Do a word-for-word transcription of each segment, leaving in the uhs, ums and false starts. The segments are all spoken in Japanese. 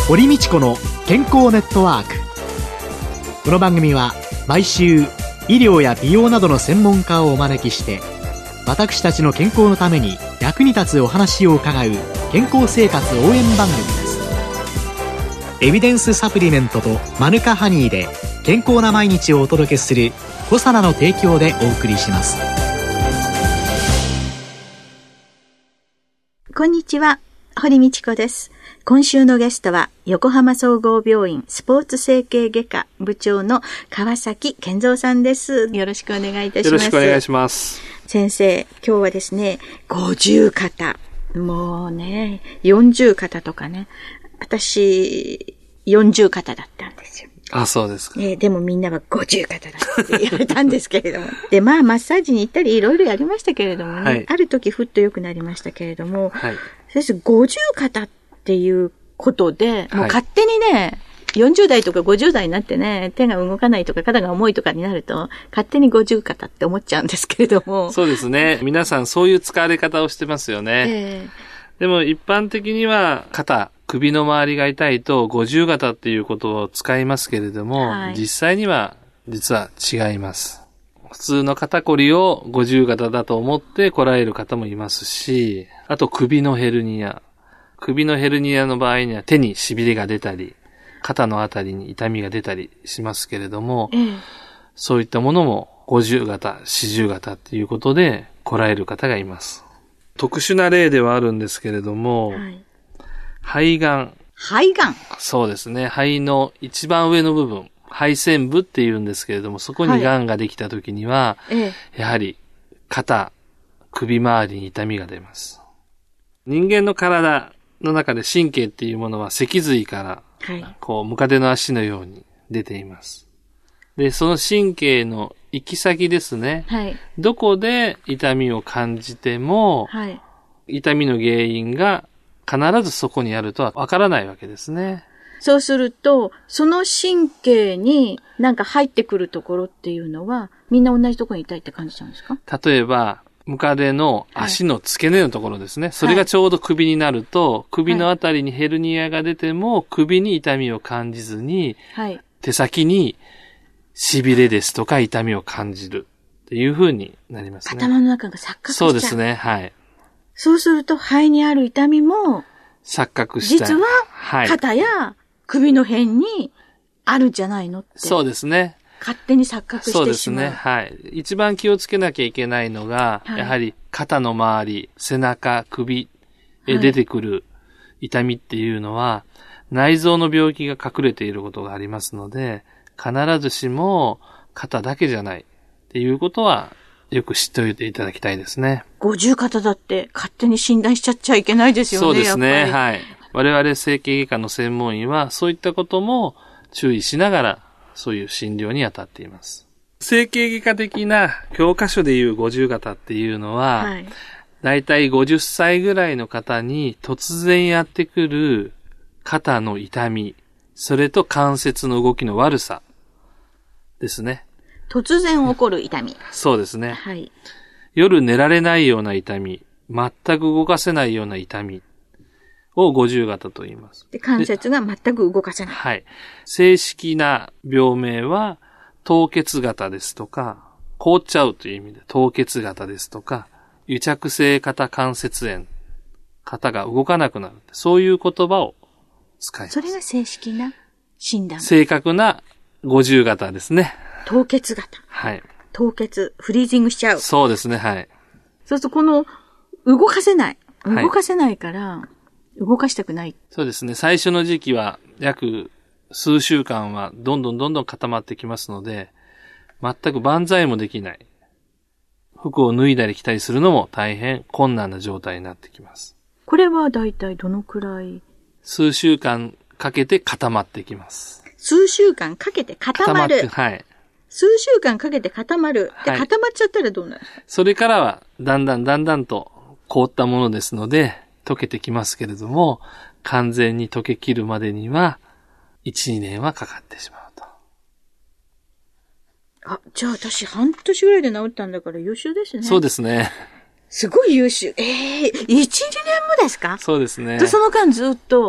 堀道子の健康ネットワーク。この番組は毎週医療や美容などの専門家をお招きして、私たちの健康のために役に立つお話を伺う健康生活応援番組です。エビデンスサプリメントとマヌカハニーで健康な毎日をお届けするコサナの提供でお送りします。 こんにちは、堀道子です。今週のゲストは横浜総合病院スポーツ整形外科部長の川崎健三さんです。よろしくお願いいたします。 よろしくお願いします。 先生、今日はですね、五十肩、もうね、四十肩とかね、私四十肩だったんですよ。 あ、そうですか。 えー、でもみんなは五十肩だって言われたんですけれども。で、まあ、マッサージに行ったりいろいろやりましたけれどもね、はい、ある時ふっと良くなりましたけれども、はい、先生、五十肩っていうことで、もう勝手にね、はい、よんじゅう代とかごじゅう代になってね、手が動かないとか肩が重いとかになると、勝手に五十肩って思っちゃうんですけれども。 そうですね。皆さんそういう使われ方をしてますよね。えー、でも一般的には肩、首の周りが痛いと五十肩っていうことを使いますけれども、はい、実際には実は違います。普通の肩こりを五十肩だと思って来られる方もいますし、あと首のヘルニア。首のヘルニアの場合には手に痺れが出たり、肩のあたりに痛みが出たりしますけれども、ええ、そういったものも五十肩、四十肩っていうことで来られる方がいます。特殊な例ではあるんですけれども、はい、肺がん。 肺がん。 そうですね。肺の一番上の部分、肺腺部って言うんですけれども、そこにがんができた時には、はい、やはり肩、首周りに痛みが出ます。人間の体の中で神経っていうものは脊髄から、はい、こう、ムカデの足のように出ています。で、その神経の行き先ですね。はい、どこで痛みを感じても、はい、痛みの原因が必ずそこにあるとはわからないわけですね。 そうすると、その神経になんか入ってくるところっていうのは、みんな同じところに痛いって感じちゃうんですか？ 例えば、ムカデの足の付け根のところですね。はい、それがちょうど首になると、首のあたりにヘルニアが出ても、首に痛みを感じずに、はい、手先に痺れですとか痛みを感じるっていう風になりますね。 頭の中が錯覚しちゃう。 そうですね。はい。 そうすると肺にある痛みも錯覚した。 実は肩や首の辺にあるんじゃないのって。 そうですね。 勝手に錯覚してしまう。 そうですね。はい。一番気をつけなきゃいけないのが、はい、やはり肩の周り、背中、首へ出てくる痛みっていうのは、はい、内臓の病気が隠れていることがありますので、必ずしも肩だけじゃないっていうことはよく知っておいていただきたいですね。 五十肩だって勝手に診断しちゃっちゃいけないですよね。 そうですね。はい。我々整形外科の専門医はそういったことも注意しながらそういう診療に当たっています。整形外科的な教科書でいう五十肩っていうのは、はい、だいたいごじゅっさいぐらいの方に突然やってくる肩の痛み、それと関節の動きの悪さですね。 突然起こる痛み。 そうですね。はい。夜寝られないような痛み、全く動かせないような痛みを五十肩と言います。 で、関節が全く動かせない。 はい。正式な病名は凍結肩ですとか、凍っちゃうという意味で凍結肩ですとか、癒着性肩関節炎、肩が動かなくなる。そういう言葉を使います。 それが正式な診断。 正確な五十肩ですね。 凍結肩。 はい。 凍結、フリージングしちゃう。 そうですね、はい。 そうするとこの動かせない。動かせないから、はい、動かしたくない。 そうですね。最初の時期は約数週間はどんどんどんどん固まってきますので、全く万歳もできない。服を脱いだり着たりするのも大変困難な状態になってきます。 これはだいたいどのくらい？ 数週間かけて固まってきます。 数週間かけて固まる。 固まって、はい。 数週間かけて固まる。で、はい、固まっちゃったらどうなる？ それからは、だんだんだんだんと凍ったものですので、溶けてきますけれども、完全に溶けきるまでには、いち、にねんはかかってしまうと。 あ、じゃあ私半年ぐらいで治ったんだから優秀ですね。 そうですね。 すごい優秀。ええー、いち、にねんもですか？ そうですね。 で、その間ずっと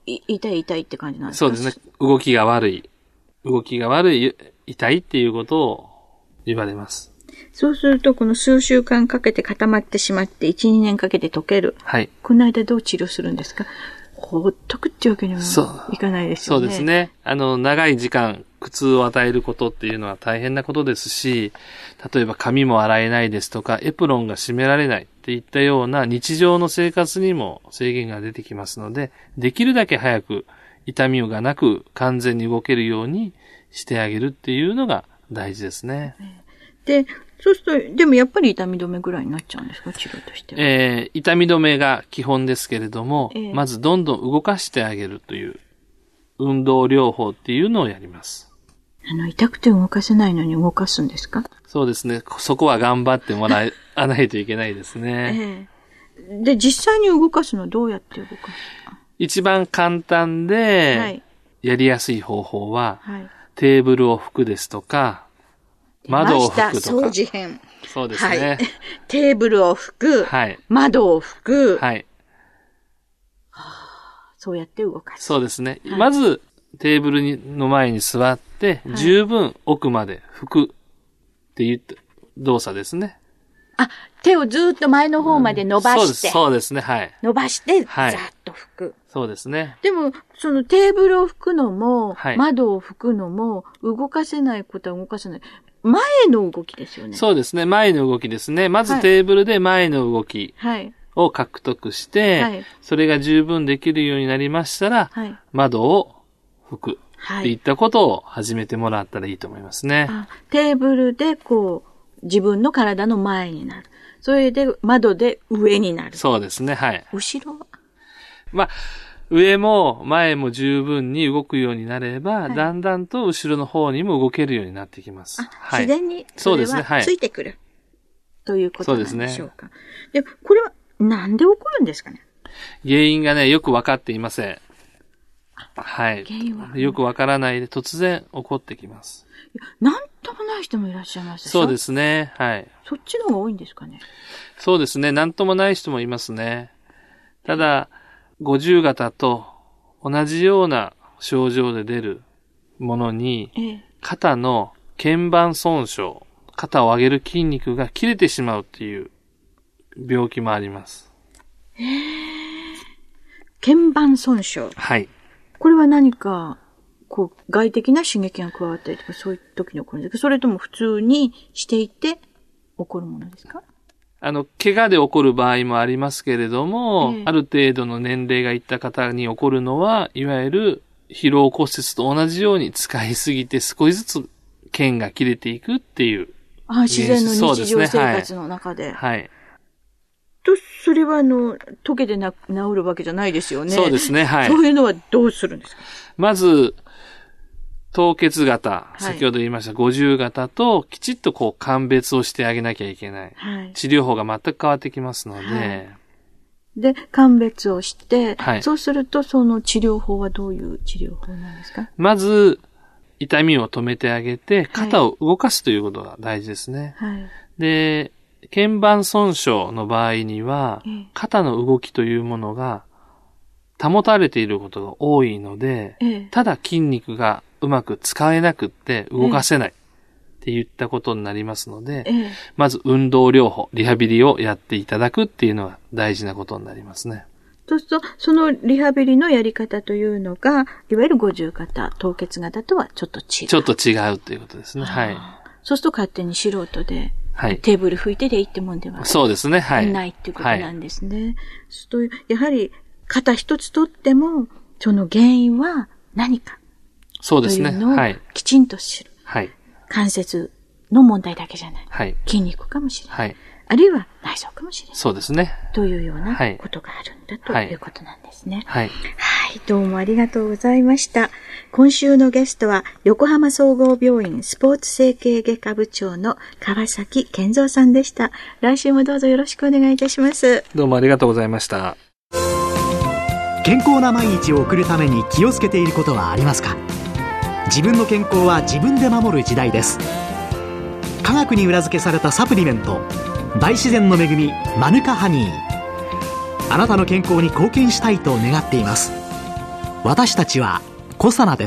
痛い痛いって感じなんですか？ そうですね。動きが悪い。動きが悪い、痛いっていうことを言われます。 そうすると、この数週間かけて固まってしまって、いち、にねんかけて溶ける。 はい。 この間どう治療するんですか？ほっとくっていうわけにもいかないですよね。 そうですね。あの、長い時間、苦痛を与えることっていうのは大変なことですし、例えば髪も洗えないですとか、エプロンが締められないっていったような日常の生活にも制限が出てきますので、できるだけ早く痛みがなく完全に動けるようにしてあげるっていうのが大事ですね。 で、そうすると、でもやっぱり痛み止めぐらいになっちゃうんですか、治療としては。 えー、痛み止めが基本ですけれども、 えー、 まずどんどん動かしてあげるという運動療法っていうのをやります。 あの、痛くて動かせないのに動かすんですか？ そうですね。そこは頑張ってもらわないといけないですね。 えー、で、実際に動かすのはどうやって動かすか？ 一番簡単で、やりやすい方法は、はい、テーブルを拭くですとか、窓を拭くとか。 掃除編。 そうですね、はい。 テーブルを拭く。はい、窓を拭く。はい。はあ、そうやって動かす。 そうですね。はい、まず、テーブルにの前に座って、はい、十分奥まで拭くっていう動作ですね。 あ、手をずっと前の方まで伸ばして。うん、そうです、そうですね、はい。 伸ばして、はい、ざーっと拭く。 そうですね。 でも、そのテーブルを拭くのも、はい、窓を拭くのも、動かせないことは動かせない。前の動きですよね。 そうですね。前の動きですね。まずテーブルで前の動きを獲得して、はい、それが十分できるようになりましたら、はい、窓を拭くっていったことを始めてもらったらいいと思いますね。 あ、テーブルでこう、自分の体の前になる。それで窓で上になる。 そうですね。はい。 後ろはまあ、上も前も十分に動くようになれば、はい、だんだんと後ろの方にも動けるようになってきます。 あ、はい、自然にそれはついてくる、はい、ということなんでしょうか。で、ね、これはなんで起こるんですかね？ 原因がね、よくわかっていません。はい。 原因はよくわからないで突然起こってきます。 なんともない人もいらっしゃいますでしょ？ そうですね。はい。 そっちの方が多いんですかね？ そうですね。なんともない人もいますね。ただ、五十肩と同じような症状で出るものに、ええ、肩の腱板損傷、肩を上げる筋肉が切れてしまうっていう病気もあります。 へー。腱板損傷。 はい。 これは何か、こう、外的な刺激が加わったりとか、そういう時に起こるんですか？それとも普通にしていて起こるものですか？ あの、怪我で起こる場合もありますけれども、ええ、ある程度の年齢がいった方に起こるのは、いわゆる疲労骨折と同じように使いすぎて少しずつ腱が切れていくっていう。 あ、自然の日常生活の中で。 はい。はい、 と、それはあの、溶けてな、治るわけじゃないですよね。 そうですね、はい。 そういうのはどうするんですか？ まず、凍結型、先ほど言いました五十肩ときちっとこう鑑別をしてあげなきゃいけない。はい、治療法が全く変わってきますので。はい、 で、鑑別をして、はい、そうするとその治療法はどういう治療法なんですか？ まず、痛みを止めてあげて、肩を動かすということが大事ですね。はい、で、腱板損傷の場合には、肩の動きというものが保たれていることが多いので、ええ、ただ筋肉がうまく使えなくって動かせないって言ったことになりますので、ええ、まず運動療法、リハビリをやっていただくっていうのが大事なことになりますね。 そうすると、そのリハビリのやり方というのが、いわゆる五十肩、凍結型とはちょっと違う。 ちょっと違うということですね。はい。 そうすると勝手に素人で、はい、テーブル拭いてでいいってもんではそうですね。はい。 ないっていうことなんですね。はい、そういうやはり、肩一つとっても、その原因は何か。 そうですね。 というのをきちんと知る。はい。関節の問題だけじゃない。はい。筋肉かもしれない。はい。あるいは内臓かもしれない。 そうですね。 というようなことがあるんだということなんですね。 はい。 はい。どうもありがとうございました。今週のゲストは、横浜総合病院スポーツ整形外科部長の川崎健三さんでした。来週もどうぞよろしくお願いいたします。 どうもありがとうございました。 健康な毎日を送るために気をつけていることはありますか？自分の健康は自分で守る時代です。科学に裏付けされたサプリメント、大自然の恵みマヌカハニー、あなたの健康に貢献したいと願っています。 私たちはコサナです。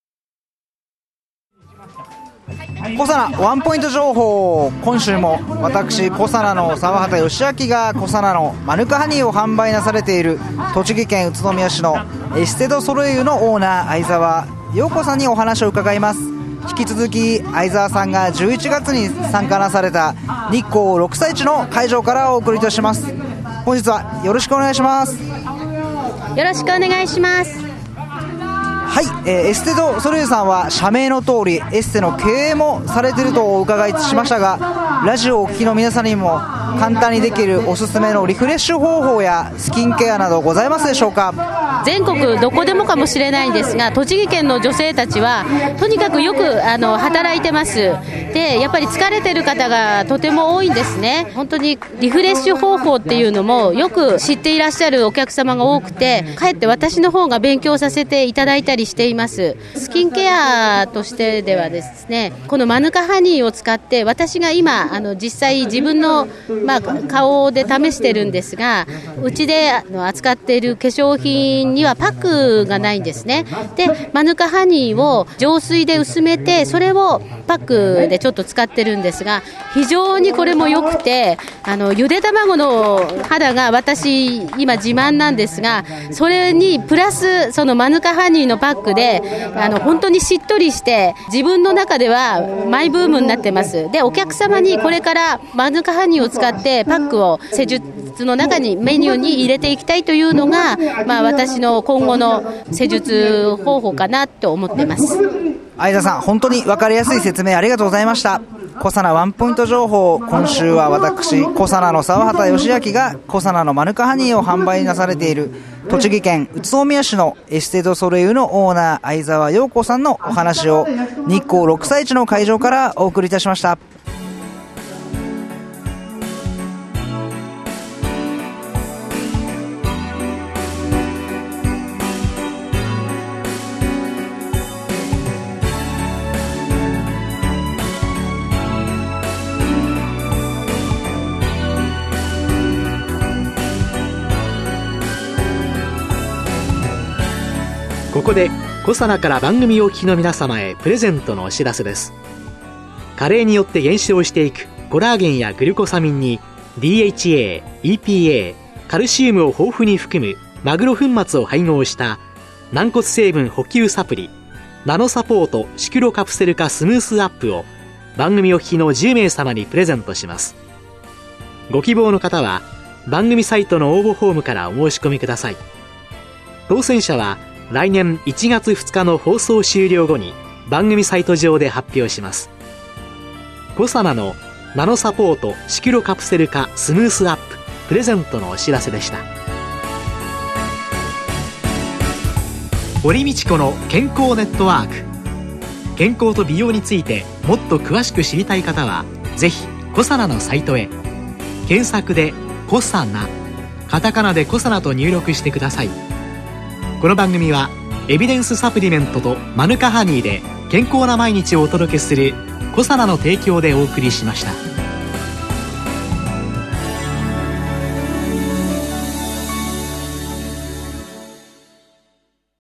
コサナワンポイント情報。今週も私コサナの沢畑義明がコサナのマヌカハニーを販売なされている栃木県宇都宮市のエステドソレイユのオーナー相沢陽子さんにお話を伺います。引き続き相沢さんがじゅういちがつに参加なされた日光ろくさい市の会場からお送りいたします。本日はよろしくお願いします。 よろしくお願いします。 はい、えー、エステドソレイユさんは社名の通りエステの経営もされているとお伺いしましたが、ラジオをお聞きの皆さんにも簡単にできるおすすめのリフレッシュ方法やスキンケアなどございますでしょうか？ 全国どこでもかもしれないんですが、栃木県の女性たちはとにかくよくあの働いてます。でやっぱり疲れてる方がとても多いんですね。本当にリフレッシュ方法っていうのもよく知っていらっしゃるお客様が多くて、かえって私の方が勉強させていただいたりしています。スキンケアとしてではですね、このマヌカハニーを使って私が今あの実際自分の、まあ、顔で試してるんですが、うちであの扱っている化粧品にはパックがないんですね。でマヌカハニーを浄水で薄めてそれをパックでちょっと使ってるんですが、非常にこれも良くて、あのゆで卵の肌が私今自慢なんですが、それにプラスそのマヌカハニーのパックであの本当にしっとりして自分の中ではマイブームになってます。でお客様にこれからマヌカハニーを使ってパックを施術の中にメニューに入れていきたいというのが、まあ、私の今後の施術方法かなと思ってます。 相田さん、本当に分かりやすい説明ありがとうございました。コサナワンポイント情報。今週は私コサナの沢畑義明がコサナのマヌカハニーを販売なされている栃木県宇都宮市のエステドソレイユのオーナー相沢陽子さんのお話を日光ろくさい市の会場からお送りいたしました。 ここでコサナから番組をお聞きの皆様へプレゼントのお知らせです。加齢によって減少していくコラーゲンやグルコサミンに ディーエイチエー、イーピーエー、カルシウムを豊富に含むマグロ粉末を配合した軟骨成分補給サプリナノサポートシクロカプセル化スムースアップを番組お聞きのじゅうめい様にプレゼントします。ご希望の方は番組サイトの応募フォームからお申し込みください。当選者は来年いちがつふつかの放送終了後に番組サイト上で発表します。コサナのナノサポートシクロカプセル化スムースアッププレゼントのお知らせでした。堀道子の健康ネットワーク。健康と美容についてもっと詳しく知りたい方はぜひコサナのサイトへ検索でコサナカタカナでコサナと入力してください。この番組はエビデンスサプリメントとマヌカハニーで健康な毎日をお届けするコサナの提供でお送りしました。